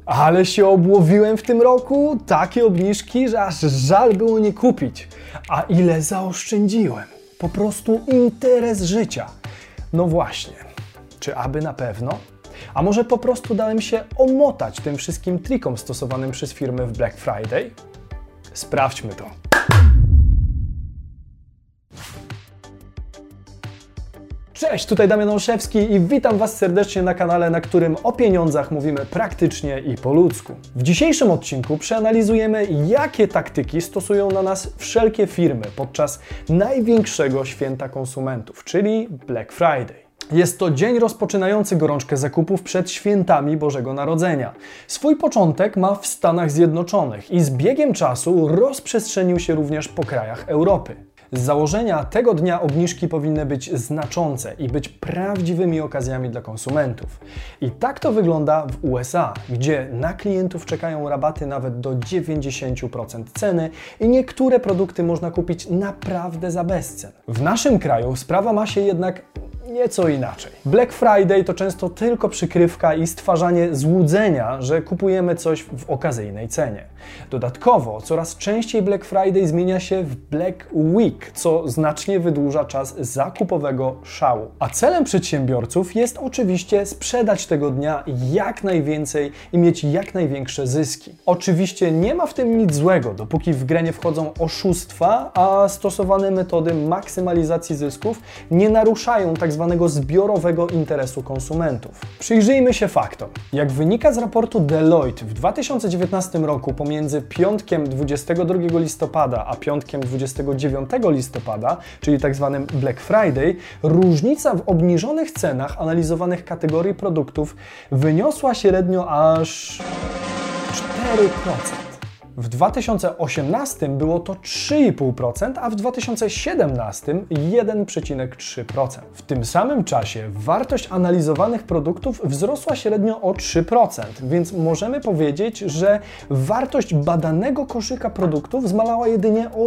Ale się obłowiłem w tym roku, takie obniżki, że aż żal było nie kupić. A ile zaoszczędziłem? Po prostu interes życia. No właśnie, czy aby na pewno? A może po prostu dałem się omotać tym wszystkim trikom stosowanym przez firmy w Black Friday? Sprawdźmy to. Cześć, tutaj Damian Olszewski i witam Was serdecznie na kanale, na którym o pieniądzach mówimy praktycznie i po ludzku. W dzisiejszym odcinku przeanalizujemy, jakie taktyki stosują na nas wszelkie firmy podczas największego święta konsumentów, czyli Black Friday. Jest to dzień rozpoczynający gorączkę zakupów przed świętami Bożego Narodzenia. Swój początek ma w Stanach Zjednoczonych i z biegiem czasu rozprzestrzenił się również po krajach Europy. Z założenia tego dnia obniżki powinny być znaczące i być prawdziwymi okazjami dla konsumentów. I tak to wygląda w USA, gdzie na klientów czekają rabaty nawet do 90% ceny i niektóre produkty można kupić naprawdę za bezcen. W naszym kraju sprawa ma się jednak nieco inaczej. Black Friday to często tylko przykrywka i stwarzanie złudzenia, że kupujemy coś w okazyjnej cenie. Dodatkowo coraz częściej Black Friday zmienia się w Black Week, co znacznie wydłuża czas zakupowego szału. A celem przedsiębiorców jest oczywiście sprzedać tego dnia jak najwięcej i mieć jak największe zyski. Oczywiście nie ma w tym nic złego, dopóki w grę nie wchodzą oszustwa, a stosowane metody maksymalizacji zysków nie naruszają tzw. zbiorowego interesu konsumentów. Przyjrzyjmy się faktom. Jak wynika z raportu Deloitte, w 2019 roku pomiędzy piątkiem 22 listopada a piątkiem 29 listopada, czyli tzw. Black Friday, różnica w obniżonych cenach analizowanych kategorii produktów wyniosła średnio aż 4%. W 2018 było to 3,5%, a w 2017 1,3%. W tym samym czasie wartość analizowanych produktów wzrosła średnio o 3%, więc możemy powiedzieć, że wartość badanego koszyka produktów zmalała jedynie o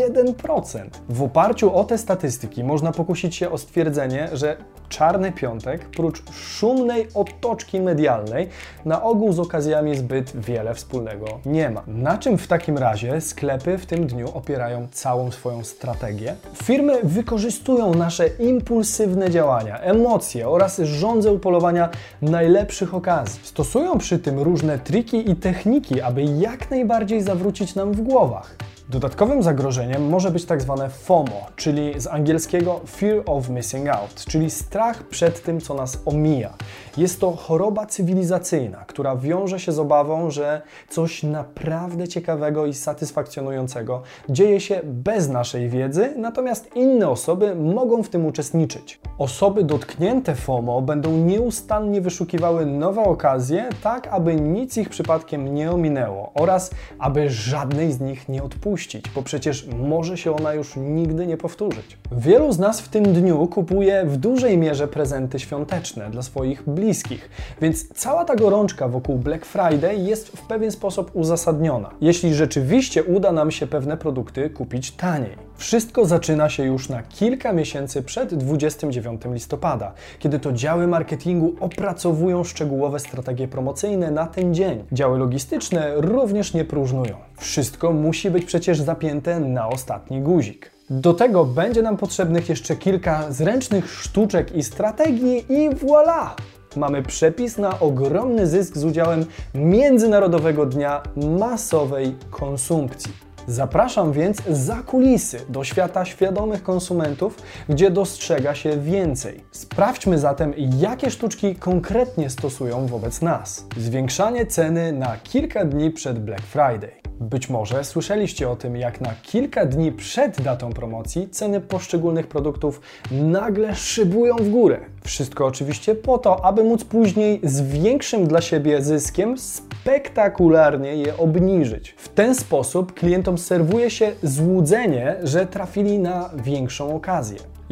1%. W oparciu o te statystyki można pokusić się o stwierdzenie, że Czarny Piątek, prócz szumnej otoczki medialnej, na ogół z okazjami zbyt wiele wspólnego nie ma. Na czym w takim razie sklepy w tym dniu opierają całą swoją strategię? Firmy wykorzystują nasze impulsywne działania, emocje oraz żądzę polowania najlepszych okazji. Stosują przy tym różne triki i techniki, aby jak najbardziej zawrócić nam w głowach. Dodatkowym zagrożeniem może być tak zwane FOMO, czyli z angielskiego Fear of Missing Out, czyli strach przed tym, co nas omija. Jest to choroba cywilizacyjna, która wiąże się z obawą, że coś naprawdę ciekawego i satysfakcjonującego dzieje się bez naszej wiedzy, natomiast inne osoby mogą w tym uczestniczyć. Osoby dotknięte FOMO będą nieustannie wyszukiwały nowe okazje, tak aby nic ich przypadkiem nie ominęło oraz aby żadnej z nich nie odpuścić, bo przecież może się ona już nigdy nie powtórzyć. Wielu z nas w tym dniu kupuje w dużej mierze prezenty świąteczne dla swoich bliskich, więc cała ta gorączka wokół Black Friday jest w pewien sposób uzasadniona, jeśli rzeczywiście uda nam się pewne produkty kupić taniej. Wszystko zaczyna się już na kilka miesięcy przed 29 listopada, kiedy to działy marketingu opracowują szczegółowe strategie promocyjne na ten dzień. Działy logistyczne również nie próżnują. Wszystko musi być przecież zapięte na ostatni guzik. Do tego będzie nam potrzebnych jeszcze kilka zręcznych sztuczek i strategii i voilà! Mamy przepis na ogromny zysk z udziałem Międzynarodowego Dnia Masowej Konsumpcji. Zapraszam więc za kulisy do świata świadomych konsumentów, gdzie dostrzega się więcej. Sprawdźmy zatem, jakie sztuczki konkretnie stosują wobec nas. Zwiększanie ceny na kilka dni przed Black Friday. Być może słyszeliście o tym, jak na kilka dni przed datą promocji ceny poszczególnych produktów nagle szybują w górę. Wszystko oczywiście po to, aby móc później z większym dla siebie zyskiem spektakularnie je obniżyć. W ten sposób klientom serwuje się złudzenie, że trafili na większą okazję.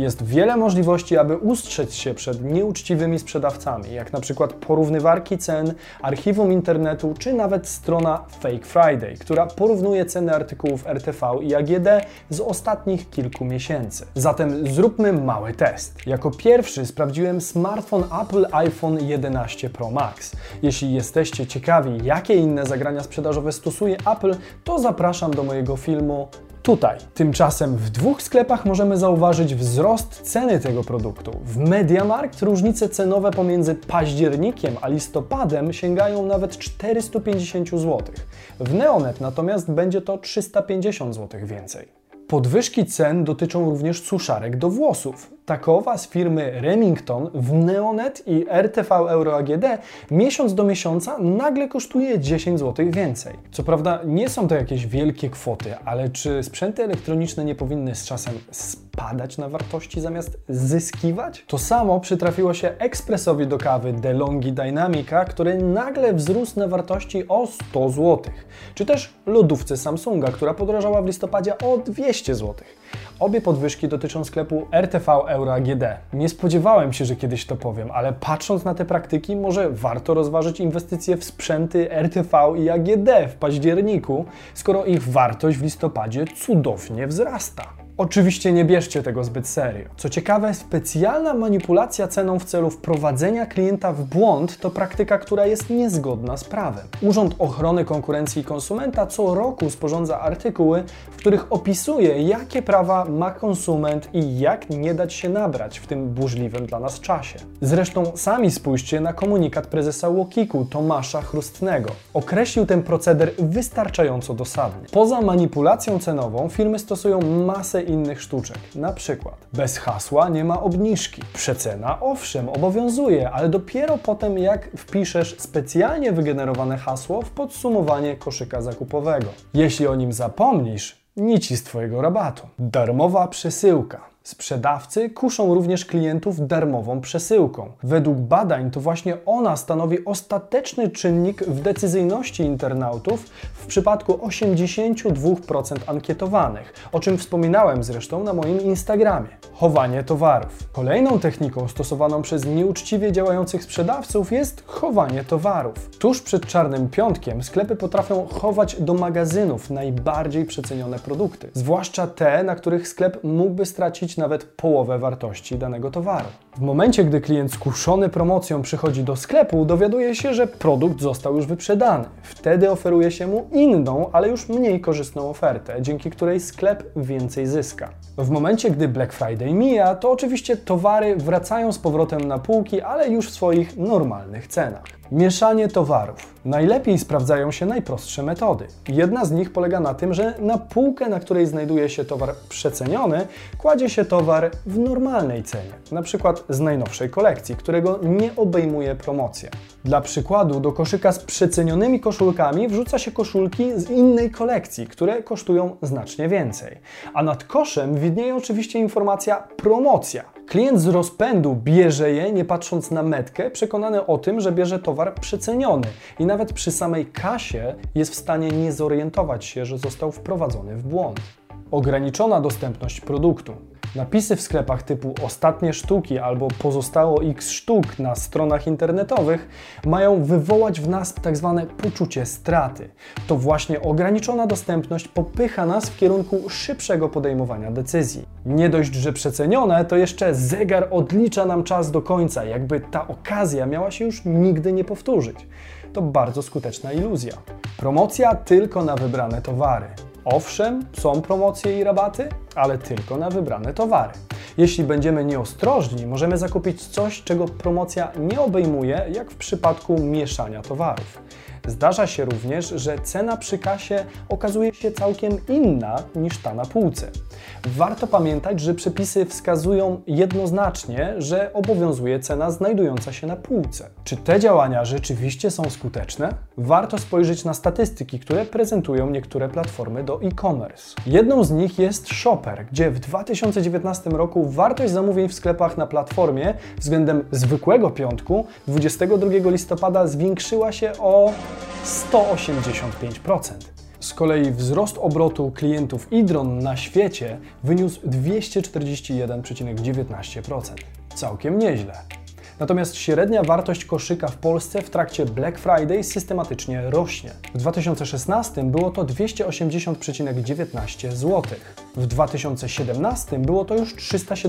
Jest wiele możliwości, aby ustrzec się przed nieuczciwymi sprzedawcami, jak na przykład porównywarki cen, archiwum internetu, czy nawet strona Fake Friday, która porównuje ceny artykułów RTV i AGD z ostatnich kilku miesięcy. Zatem zróbmy mały test. Jako pierwszy sprawdziłem smartfon Apple iPhone 11 Pro Max. Jeśli jesteście ciekawi, jakie inne zagrania sprzedażowe stosuje Apple, to zapraszam do mojego filmu tutaj. Tymczasem w dwóch sklepach możemy zauważyć wzrost ceny tego produktu. W MediaMarkt różnice cenowe pomiędzy październikiem a listopadem sięgają nawet 450 zł. W Neonet natomiast będzie to 350 zł więcej. Podwyżki cen dotyczą również suszarek do włosów. Takowa z firmy Remington w Neonet i RTV Euro AGD miesiąc do miesiąca nagle kosztuje 10 zł więcej. Co prawda nie są to jakieś wielkie kwoty, ale czy sprzęty elektroniczne nie powinny z czasem spadać na wartości zamiast zyskiwać? To samo przytrafiło się ekspresowi do kawy DeLonghi Dynamica, który nagle wzrósł na wartości o 100 zł. Czy też lodówce Samsunga, która podrożała w listopadzie o 200 zł. Obie podwyżki dotyczą sklepu RTV Euro AGD. Nie spodziewałem się, że kiedyś to powiem, ale patrząc na te praktyki, może warto rozważyć inwestycje w sprzęty RTV i AGD w październiku, skoro ich wartość w listopadzie cudownie wzrasta. Oczywiście nie bierzcie tego zbyt serio. Co ciekawe, specjalna manipulacja ceną w celu wprowadzenia klienta w błąd to praktyka, która jest niezgodna z prawem. Urząd Ochrony Konkurencji i Konsumenta co roku sporządza artykuły, w których opisuje, jakie prawa ma konsument i jak nie dać się nabrać w tym burzliwym dla nas czasie. Zresztą sami spójrzcie na komunikat prezesa UOKiK-u Tomasza Chrustnego. Określił ten proceder wystarczająco dosadnie. Poza manipulacją cenową firmy stosują masę innych sztuczek. Na przykład bez hasła nie ma obniżki. Przecena owszem obowiązuje, ale dopiero potem jak wpiszesz specjalnie wygenerowane hasło w podsumowanie koszyka zakupowego. Jeśli o nim zapomnisz, nic z Twojego rabatu. Darmowa przesyłka. Sprzedawcy kuszą również klientów darmową przesyłką. Według badań to właśnie ona stanowi ostateczny czynnik w decyzyjności internautów w przypadku 82% ankietowanych, o czym wspominałem zresztą na moim Instagramie. Chowanie towarów. Kolejną techniką stosowaną przez nieuczciwie działających sprzedawców jest chowanie towarów. Tuż przed Czarnym Piątkiem sklepy potrafią chować do magazynów najbardziej przecenione produkty, zwłaszcza te, na których sklep mógłby stracić nawet połowę wartości danego towaru. W momencie, gdy klient skuszony promocją przychodzi do sklepu, dowiaduje się, że produkt został już wyprzedany. Wtedy oferuje się mu inną, ale już mniej korzystną ofertę, dzięki której sklep więcej zyska. W momencie, gdy Black Friday mija, to oczywiście towary wracają z powrotem na półki, ale już w swoich normalnych cenach. Mieszanie towarów. Najlepiej sprawdzają się najprostsze metody. Jedna z nich polega na tym, że na półkę, na której znajduje się towar przeceniony, kładzie się towar w normalnej cenie, na przykład z najnowszej kolekcji, którego nie obejmuje promocja. Dla przykładu do koszyka z przecenionymi koszulkami wrzuca się koszulki z innej kolekcji, które kosztują znacznie więcej. A nad koszem widnieje oczywiście informacja promocja. Klient z rozpędu bierze je, nie patrząc na metkę, przekonany o tym, że bierze towar przeceniony i nawet przy samej kasie jest w stanie nie zorientować się, że został wprowadzony w błąd. Ograniczona dostępność produktu. Napisy w sklepach typu ostatnie sztuki albo pozostało x sztuk na stronach internetowych mają wywołać w nas tzw. poczucie straty. To właśnie ograniczona dostępność popycha nas w kierunku szybszego podejmowania decyzji. Nie dość, że przecenione, to jeszcze zegar odlicza nam czas do końca, jakby ta okazja miała się już nigdy nie powtórzyć. To bardzo skuteczna iluzja. Promocja tylko na wybrane towary. Owszem, są promocje i rabaty, ale tylko na wybrane towary. Jeśli będziemy nieostrożni, możemy zakupić coś, czego promocja nie obejmuje, jak w przypadku mieszania towarów. Zdarza się również, że cena przy kasie okazuje się całkiem inna niż ta na półce. Warto pamiętać, że przepisy wskazują jednoznacznie, że obowiązuje cena znajdująca się na półce. Czy te działania rzeczywiście są skuteczne? Warto spojrzeć na statystyki, które prezentują niektóre platformy do e-commerce. Jedną z nich jest Shopper, gdzie w 2019 roku wartość zamówień w sklepach na platformie względem zwykłego piątku 22 listopada zwiększyła się o 185%. Z kolei wzrost obrotu klientów Idron na świecie wyniósł 241,19%. Całkiem nieźle. Natomiast średnia wartość koszyka w Polsce w trakcie Black Friday systematycznie rośnie. W 2016 było to 280,19 zł. W 2017 było to już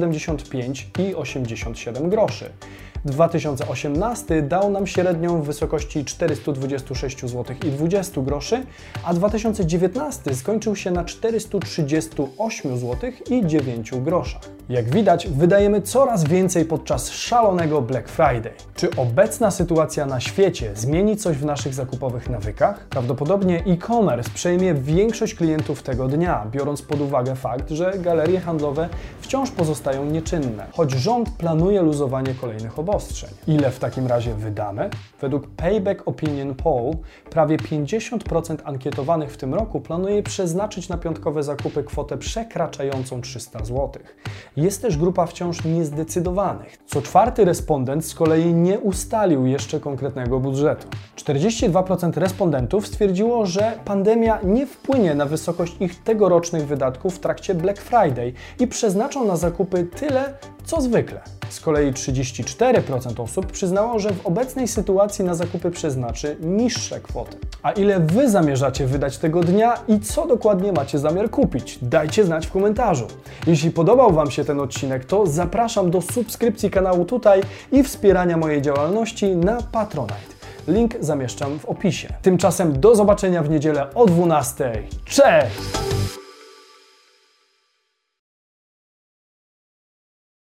375,87 groszy. 2018 dał nam średnią w wysokości 426,20 zł, a 2019 skończył się na 438,09 zł. Jak widać, wydajemy coraz więcej podczas szalonego Black Friday. Czy obecna sytuacja na świecie zmieni coś w naszych zakupowych nawykach? Prawdopodobnie e-commerce przejmie większość klientów tego dnia, biorąc pod uwagę fakt, że galerie handlowe wciąż pozostają nieczynne, choć rząd planuje luzowanie kolejnych obostrzeń. Ile w takim razie wydamy? Według Payback Opinion Poll prawie 50% ankietowanych w tym roku planuje przeznaczyć na piątkowe zakupy kwotę przekraczającą 300 zł. Jest też grupa wciąż niezdecydowanych. Co czwarty respondent z kolei nie ustalił jeszcze konkretnego budżetu. 42% respondentów stwierdziło, że pandemia nie wpłynie na wysokość ich tegorocznych wydatków w trakcie Black Friday i przeznaczą na zakupy tyle, co zwykle. Z kolei 34% osób przyznało, że w obecnej sytuacji na zakupy przeznaczy niższe kwoty. A ile Wy zamierzacie wydać tego dnia i co dokładnie macie zamiar kupić? Dajcie znać w komentarzu. Jeśli podobał Wam się ten odcinek, to zapraszam do subskrypcji kanału tutaj i wspierania mojej działalności na Patronite. Link zamieszczam w opisie. Tymczasem do zobaczenia w niedzielę o 12:00. Cześć!